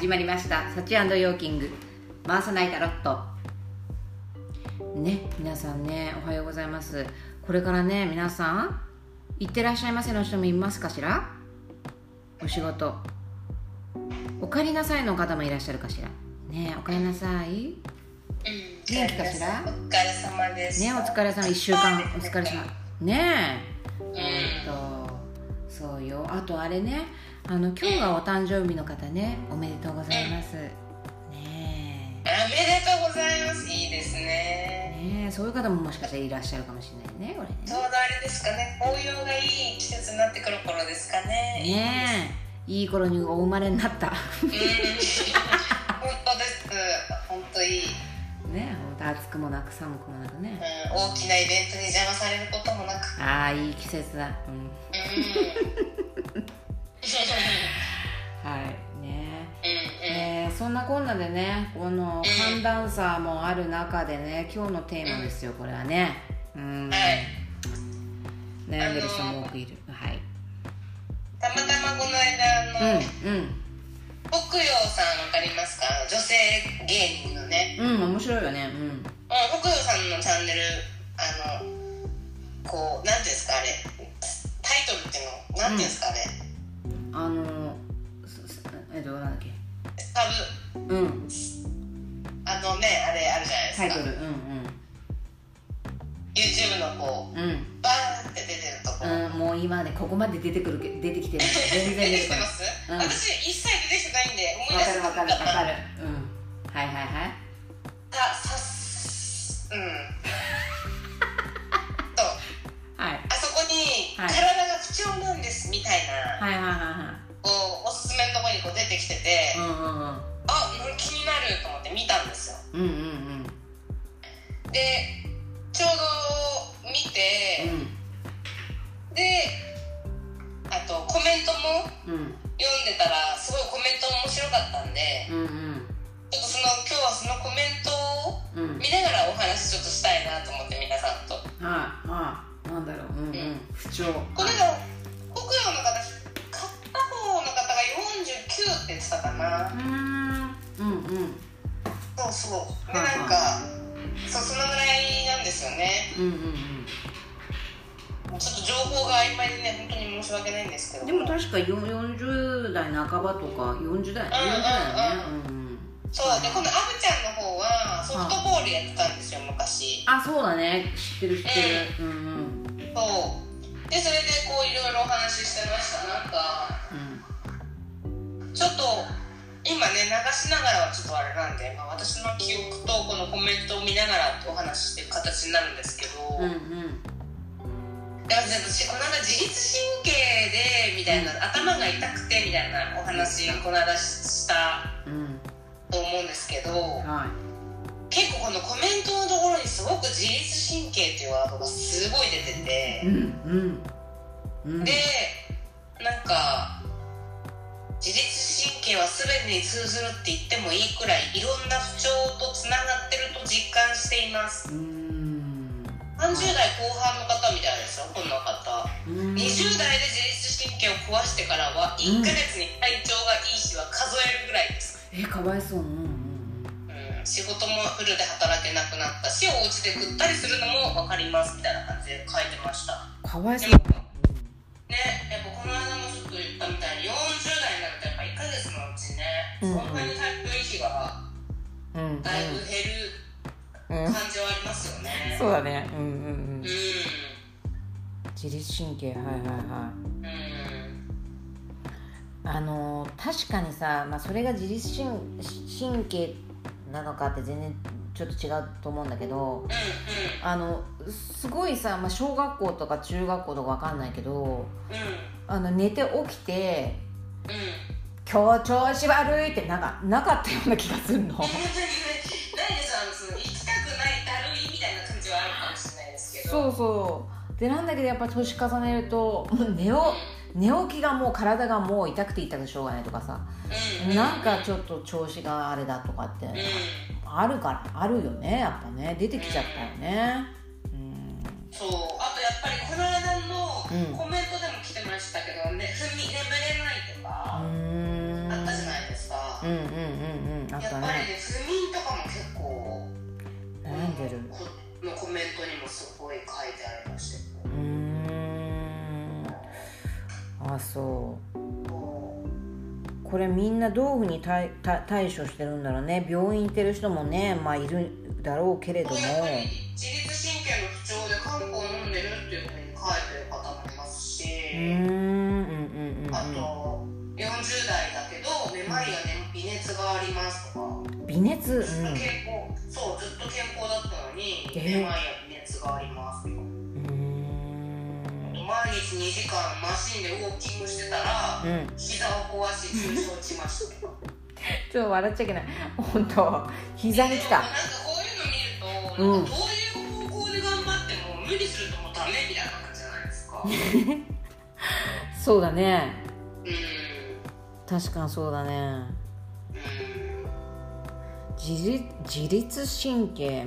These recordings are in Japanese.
始まりましたサチ&ヨーキング回さないタロットね。皆さんね、おはようございます。これからね、皆さん行ってらっしゃいませの人もいますかしら。お仕事お帰りなさいの方もいらっしゃるかしらね。お帰りなさい、元気かしら。 お疲れ様ですね。お疲れ様、1週間お疲れ様ね。そうよ。あとあれね、今日がお誕生日の方ね、おめでとうございます、ね。 おめでとうございます。いいですね。 ね、そういう方ももしかしたらいらっしゃるかもしれないね、これね。 ちょうどあれですかね、紅葉がいい季節になってくる頃ですかね。 ねえ、いい頃にお生まれになった本当です。本当いいね。本当暑くもなく寒くもなくね、 大きなイベントに邪魔されることもなく、 ああ、いい季節だ。はいね。そんなこんなでね、この寒暖差もある中でね、今日のテーマですよ、これはね。悩んでる人も多くいる。はい。 たまたまこの間北陽さんわかりますか？女性芸人のね。 面白いよね。 北陽さんのチャンネル、こう、なんていうんですかあれ、タイトルっていうの、なんていうんですかね。 なんだっけ。 サブ。あれあるじゃないですか。 タイトル。 YouTube のこう、バーンって出てるとこ。 もう今ね、ここまで出てきてる。全然出てきてます。私一切出てきてないんで思い出せなかった。 わかる。はい。 あそこに体が不調なんですみたいな、おすすめのところにこう出てきてて、気になると思って見たんですよ。でちょうど見て、であとコメントも読んでたらすごいコメント面白かったんで、ちょっと今日はそのコメントを見ながらお話ちょっとしたいなと思って、皆さんと。 なんだろう。不調。 これが北陽の方、片方の方が49って言ってたかな。そうで、なんかそのぐらいなんですよね。ちょっと情報が曖昧でね、本当に申し訳ないんですけど。 でも確か40代半ばとか40代よね。 そうで、このアブちゃんの方はソフトボールやってたんですよ、昔。 そうだね、知ってる。 そうで、それでこういろいろお話ししてました。なんか、ちょっと今ね、流しながらはちょっとあれなんで、私の記憶とこのコメントを見ながらお話ししていく形になるんですけど、私この間自律神経でみたいな、頭が痛くてみたいなお話この間したと思うんですけど、結構このコメントのところにすごく自律神経っていうワードがすごい出てて、でなんか自律神経は全てに通ずるって言ってもいいくらいいろんな不調とつながってると実感しています。30代後半の方みたいですよ、こんな方。20代で自律神経を壊してからは1ヶ月に体調がいい日は数えるぐらいです。 かわいそう。 仕事もフルで働けなくなったし、お家でぐったりするのも分かりますみたいな感じで書いてました。 かわいそうね。やっぱこの間もちょっと言ったみたいに40代になるとやっぱ1ヶ月のうちね、そんなに体調いい日がだいぶ減る感じはありますよね。 そうだね。自律神経、確かにさ、それが自律神経なのかって全然ちょっと違うと思うんだけど、すごいさ、小学校とか中学校とかわかんないけど、寝て起きて、今日調子悪いってなかったような気がするの。 行きたくないだるいみたいな感じはあるかもしれないですけど。 そうで、なんだけどやっぱ年重ねると寝起きがもう体がもう痛くてしょうがないとかさ、なんかちょっと調子があれだとかってあるよね、やっぱね、出てきちゃったよね。 そう、あとやっぱりこの間のコメントでも来てましたけどね、眠れないとかあったじゃないですか。 でるのコメントにもすごい書いてありました。 あ、そうこれみんなどういうふうに対処してるんだろうね。病院行ってる人もね、まあいるだろうけれども、 やっぱり自律神経の不調で漢方を飲んでるっていうふうに書いてる方もいますし、あと40代だけどめまいや、微熱がありますとか。 微熱、 ずっと健康だったのにめまいや微熱がありますとか。毎日2時間マシンでウォーキングしてたら、膝を壊し重傷打ちました。 ちょっと笑っちゃいけない。本当膝に来た。 なんかこういうの見ると、なんかどういう方向で頑張っても無理するともうダメみたいな感じじゃないですか。 そうだね。確かにそうだね。自律神経、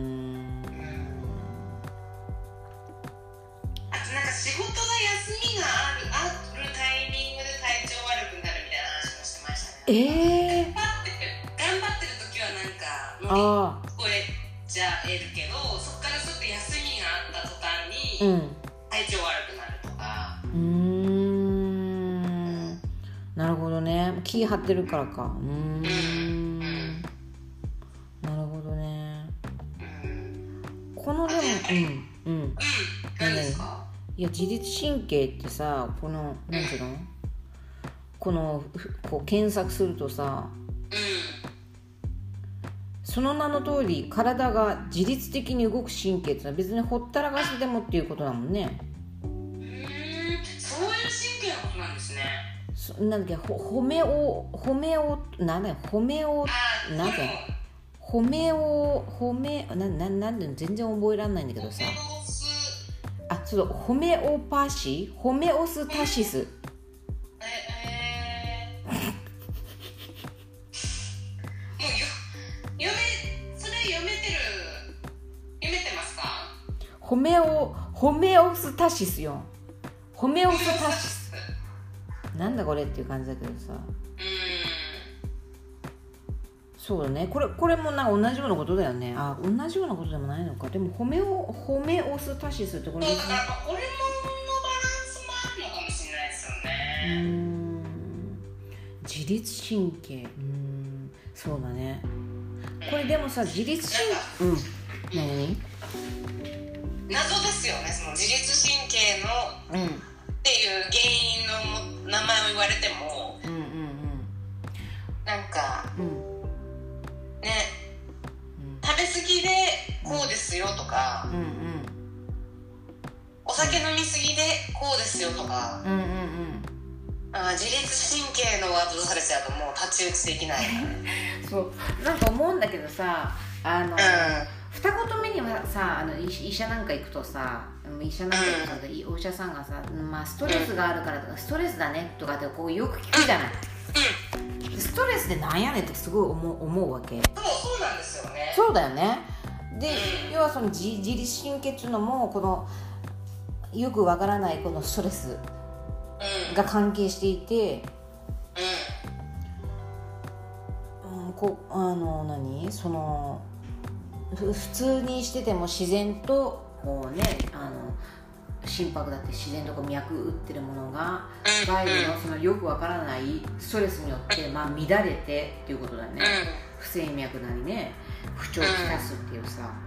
なんか仕事が休みがあるタイミングで体調悪くなるみたいな話もしてましたね。頑張ってる時はなんかこれじゃあ得るけど、そっからちょっと休みがあった途端に体調悪くなるとか。 なるほどね。気張ってるからか。なるほどね。このでも何ですか？ いや、自律神経ってさ、このなんていうの、こう検索するとさ、その名の通り体が自律的に動く神経ってのは別にほったらかしでもっていうことだもんね。 そういう神経のことなんですね。 なんだっけ、ホメオなんで全然覚えられないんだけどさ。そうだ、ホメオパシホメオスタシス。 それ読めてますか？ ホメオスタシスよ。ホメオスタシス。なんだこれっていう感じだけどさ。そうだね。これもなんか同じようなことだよね。同じようなことでもないのか。でもホメオスタシスってこれ別にホルモンのバランスもあるのかもしれないですよね。 自律神経。そうだね。これでもさ、自律神経何？ 謎ですよね。その自律神経のっていう原因の名前を言われても、なんかね、食べ過ぎでこうですよとか、お酒飲み過ぎでこうですよとか、自律神経のワードとされちゃうともう太刀打ちできない。 そうなんか思うんだけどさ、二言目にはさ、医者なんか行くとさ、お医者さんがさ、ストレスがあるからとか、ストレスだねとかってこうよく聞くじゃない。ストレスでなんやねんってすごい思うわけ。 そうなんですよね。 そうだよね。で、要はその自律神経っていうのもこのよくわからないこのストレスが関係していて、その普通にしてても自然とこうね、心拍だって自然とこう脈打ってるものが外部のそのよくわからないストレスによって乱れてっていうことだね。不整脈なりね、不調をきたすっていうさ。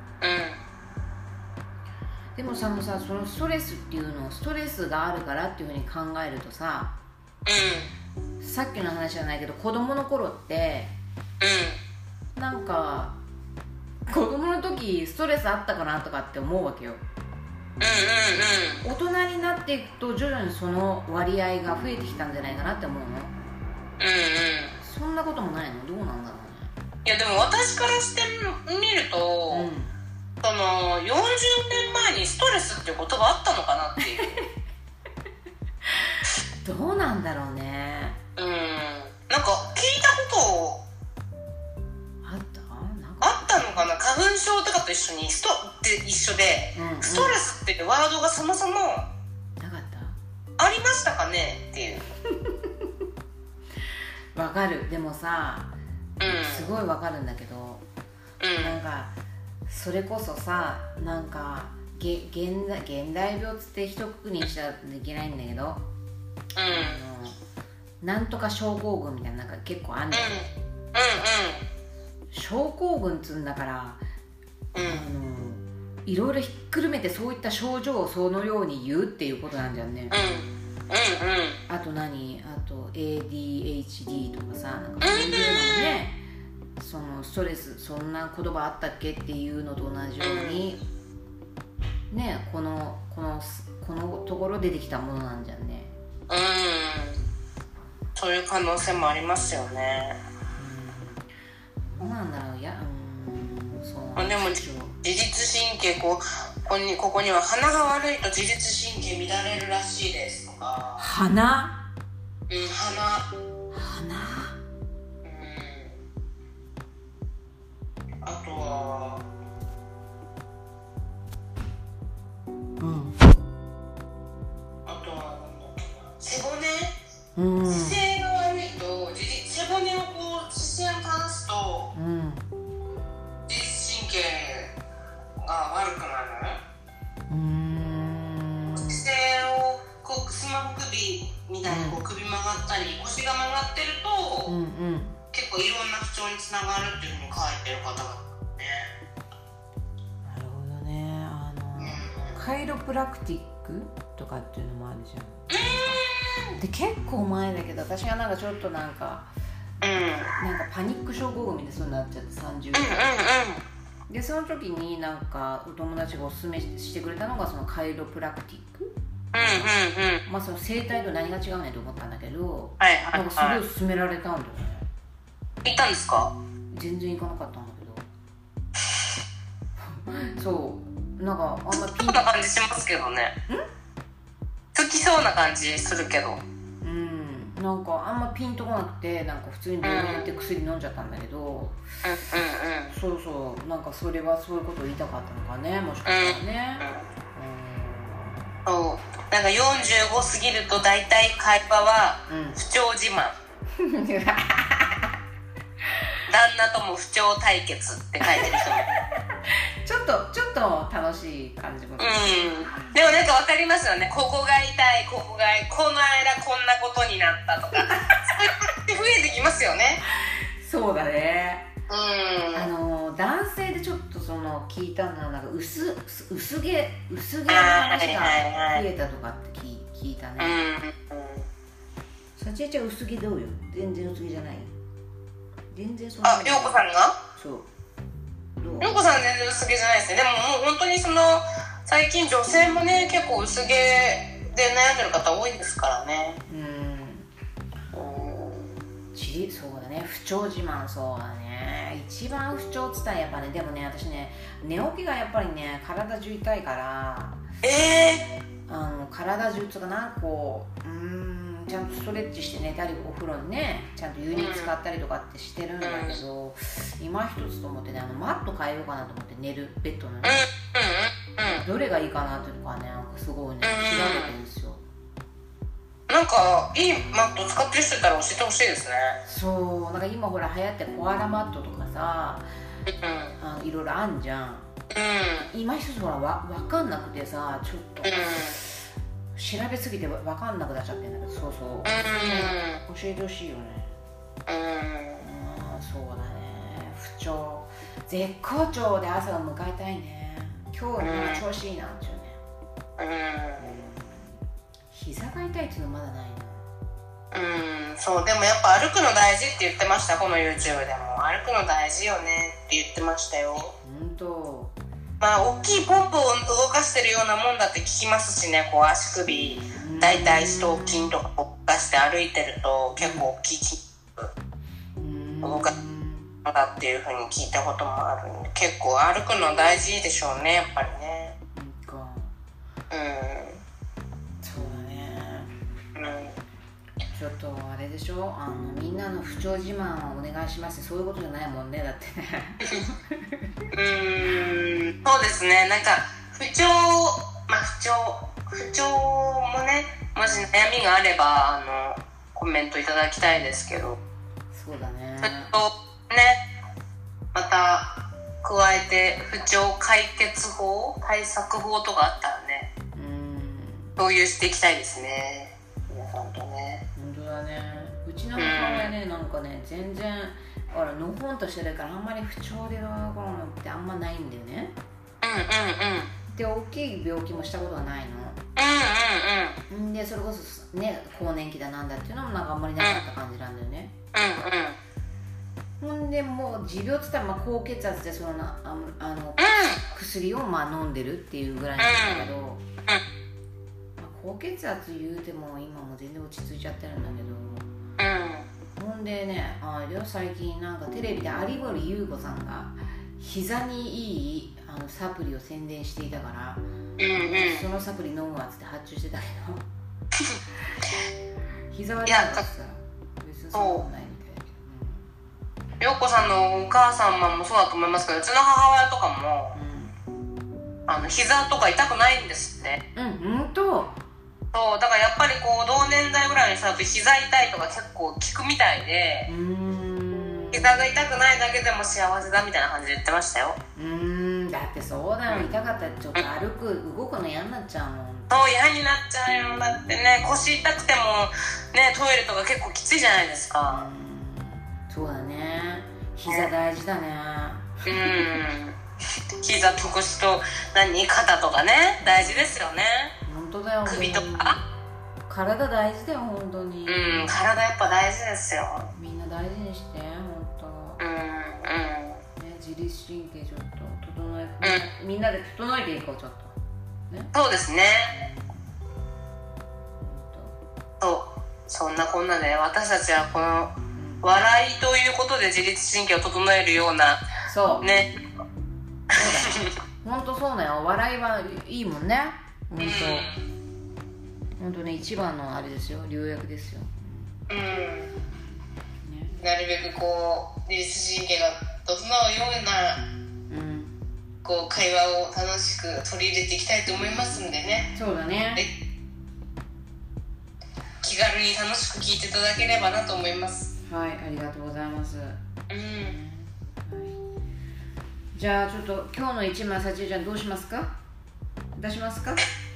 でもそのストレスっていうのをストレスがあるからっていうふうに考えるとさ、さっきの話じゃないけど子供の頃ってなんか子供の時ストレスあったかなとかって思うわけよ。大人になっていくと徐々にその割合が増えてきたんじゃないかなって思うの。そんなこともないの？どうなんだろうね。 いやでも私からしてみると、その40年前にストレスっていう言葉あったのかなっていうどうなんだろうね。 なんか聞いたことあったのかな。花粉症とかと一緒に一緒で、ストレスっていうワードがそもそもなかったありましたかねっていうわかる。でもさ、すごいわかるんだけど、なんかそれこそさ、なんか現代病つって一括りにしちゃいけないんだけど、なんとか症候群みたいな、なんか結構あんじゃん。症候群つんだから、いろいろひっくるめてそういった症状をそのように言うっていうことなんじゃんね。あとあと ADHD とかさ、なんかそういうのもね、そのストレス、そんな言葉あったっけっていうのと同じように、ね、このところ出てきたものなんじゃんね。 そういう可能性もありますよね。 どうなんだろう。 でも自律神経ここには鼻が悪いと自律神経乱れるらしいですとか。 鼻。 あとはなんだっけな、背骨、姿勢が悪いと背骨をこう姿勢を正すと、自律神経が悪くなる。姿勢をこうスマホ首みたいにこう首曲がったり腰が曲がってると、結構いろんな不調につながるっていうふうに書いてる方がね。 なるほどね。カイロプラクティックとかっていうのもあるじゃん。で結構前だけど、私がなんかちょっとなんかパニック症候群みたいなそうになっちゃって30代で、その時になんかお友達がおすすめしてくれたのがそのカイロプラクティック。まあその整体と何が違うねんと思ったんだけど、なんかすごい勧められたんだよね。 行ったんですか？ 全然行かなかったんだけどそうなんかあんまピンな感じしますけどね。好きそうな感じするけど、 なんかあんまピンとこなくて、なんか普通に病院行って薬飲んじゃったんだけど、そうなんかそれはそういうことを言いたかったのかね、もしかしたらね。 そうなんか45過ぎると大体会話は不調自慢、旦那とも不調対決って書いてる人もちょっと楽しい感じも、 でもなんか分かりますよね。ここが痛い、この間こんなことになったとかそういう増えてきますよね。 そうだね。男性でちょっとその聞いたのはなんか薄毛の話が増えたとかって聞いたね。さちえちゃん薄毛どうよ？全然薄毛じゃない？全然そんな。 陽子さんが？ そう。 陽子さん全然薄毛じゃないですね。でももう本当にその最近女性もね結構薄毛で悩んでる方多いですからね。 そうだね、不調自慢。そうだね、一番不調っつったらやっぱね、でもね私ね寝起きがやっぱりね体中痛いから、体中とかなんかこうちゃんとストレッチして寝たり、お風呂にねちゃんと湯に使ったりとかってしてるんだけど、今一つと思ってねマット変えようかなと思って、寝るベッドのね、どれがいいかなっていうのがね、なんかすごいね調べてるんですよ。 なんかいいマット使ってる人いたら教えてほしいですね。 そうなんか今ほら流行ってコアラマットとかさ、いろいろあんじゃん。今一つほら分かんなくてさ、ちょっと、調べすぎて分かんなくなっちゃってんだけど、そう教えてほしいよね。そうだね、不調絶好調で朝を迎えたいね。今日は調子いいなっていうね。膝が痛いっていうのまだないな。そうでもやっぱ歩くの大事って言ってました。この YouTube でも歩くの大事よねって言ってましたよ。 本当。 まあ大きいポンプを動かしてるようなもんだって聞きますしね。こう足首大腿四頭筋とか動かして歩いてると結構大きい筋肉動かすのだっていう風に聞いたこともあるんで、結構歩くの大事でしょうね、やっぱりね。 ちょっとあれでしょ、みんなの不調自慢をお願いします、そういうことじゃないもんね、だってね。 そうですね。なんか不調もね、もし悩みがあればコメントいただきたいですけど。 そうだね。 ね、また加えて不調解決法、対策法とかあったらね、共有していきたいですね、皆さんとね。 本当だね。うちの母親ね、なんかね、全然のほんとしてるから、あんまり不調でどうのこうのってあんまないんだよね。で、大きい病気もしたことはないの。で、それこそね、更年期だなんだっていうのもなんかあんまりなかった感じなんだよね。ほんで、もう持病って言ったら、まあ、高血圧で薬をまあ飲んでるっていうぐらいなんだけど、まあ、高血圧言うても今も全然落ち着いちゃってるんだけど、ほんでね、最近なんかテレビで有森裕子さんが膝にいいサプリを宣伝していたから、そのサプリ飲むわっつって発注してたけど膝はなんかさ、別にそうもないみたいだけど、 陽子さんのお母さんもそうだと思いますけど、うちの母親とかも、膝とか痛くないんですって。そうだからやっぱりこう同年代ぐらいにさ、膝痛いとか結構聞くみたいで、膝が痛くないだけでも幸せだみたいな感じで言ってましたよ。 だってそうだよ、痛かったらちょっと動くの嫌になっちゃうもん。 そう、嫌になっちゃうよ。だってね、腰痛くてもね、トイレとか結構きついじゃないですか。 そうだね、膝大事だね。 膝と腰と肩とかね、大事ですよね。 本当だよ。 首とか体大事だよ、本当に。 体やっぱ大事ですよ。 みんな大事にして、本当。ね、自律神経ちょっと整え、みんなで整えていこう、ちょっと。ね。 そうですね。そんなこんなで私たちはこの笑いということで自律神経を整えるような、 そうね。 そうだ。本当そうだよ。笑いはいいもんね。本当ね、一番のあれですよ、良薬ですよ。 なるべくこう自律神経が整うような、こう会話を楽しく取り入れていきたいと思いますんでね。 そうだね。 気軽に楽しく聞いていただければなと思います。 はい、ありがとうございます。じゃあちょっと今日の一枚、さちえちゃんどうしますか？出しますか？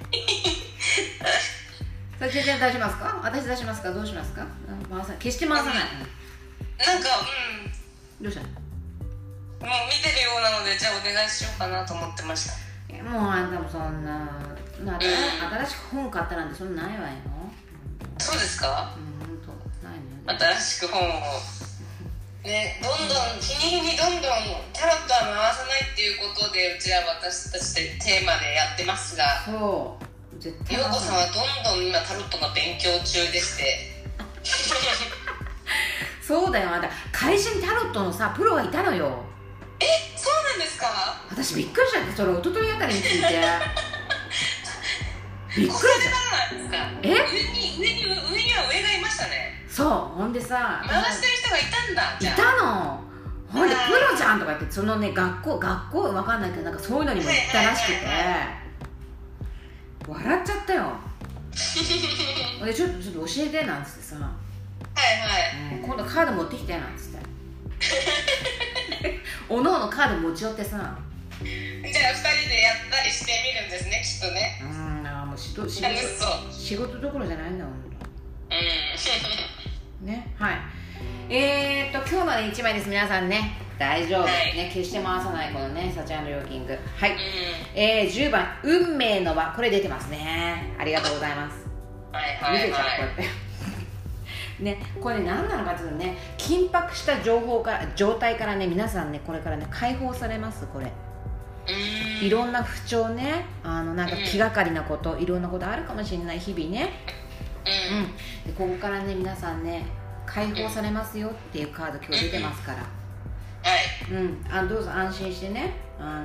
さちえちゃん出しますか？私出しますか？どうしますか？決して回さない。 なんかどうしたの？ もう見てるようなので、じゃあお願いしようかなと思ってました。 もうあんたもそんな、新しく本買ったなんてそんなないわよ。 そうですか？ 本当ないのよ。 新しく本をね、どんどん日に日にどんどんタロットは回さないっていうことで、うちは私たちでテーマでやってますが、 そう絶対陽子さんはどんどん今タロットの勉強中でしてそうだよ、あんた会社にタロットのさプロがいたのよ。 そうなんですか？ 私びっくりしちゃって、それ一昨日あたりに聞いてびっくりした。 上には上がいましたね。 そう、ほんでさ、 回してる人がいたんだ。 いたの。ほんでプロじゃんとか言って、そのね、学校わかんないけど、なんかそういうのにも行ったらしくて、笑っちゃったよ。でちょっと教えてなんつってさ、今度カード持ってきてなんつっておのおのカード持ち寄ってさ、じゃあ 2人でやったりしてみるんですね、きっとね。 もう仕事どころじゃないんだもん。ね、はい。今日の1枚です、皆さんね。大丈夫、ね、決して回さないこのね、サチ&ヨーキング。はい。10番、運命の輪。これ出てますね。ありがとうございます。見てちゃう、こうやってね、これ何なのかというとね、緊迫した状態からね、皆さんね、これからね、解放されます。これいろんな不調ね、なんか気がかりなこと、いろんなことあるかもしれない日々ね、でここからね、皆さんね、解放されますよっていうカード今日出てますから、どうぞ安心してね、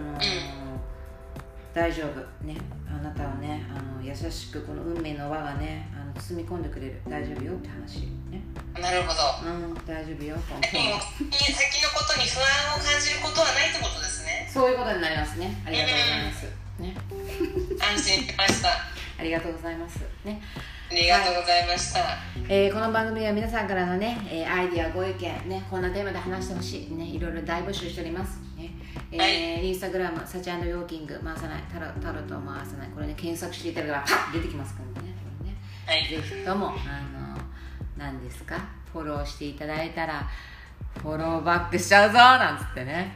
大丈夫ね、あなたをね、優しくこの運命の輪がね、包み込んでくれる。大丈夫よって話ね。 なるほど。 大丈夫よ。 でも先のことに不安を感じることはないってことですね。 そういうことになりますね。ありがとうございますね。 安心しました。 ありがとうございますね。 ありがとうございました。 この番組は皆さんからのね、アイディアご意見ね、こんなテーマで話してほしいね、いろいろ大募集しております。 インスタグラムサチ&ヨーキング回さないタロットを回さない、これね検索していただければパッ出てきますからね、これね、はい、ぜひとも何ですか、フォローしていただいたらフォローバックしちゃうぞなんつってね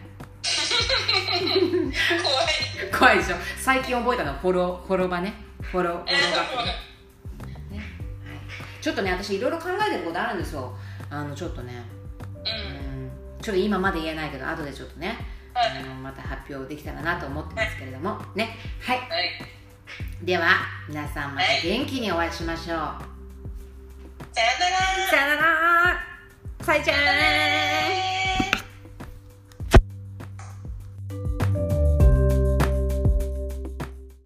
怖いでしょ。最近覚えたのフォローバね、フォローバックね、はい、ちょっとね私いろいろ考えてることあるんですよ。ちょっとね、ちょっと今まで言えないけど後でちょっとね、また発表できたらなと思ってますけれどもね。はい、はい、では皆さんまた元気にお会いしましょう。さよなら。 さよなら。 さいちゃーん。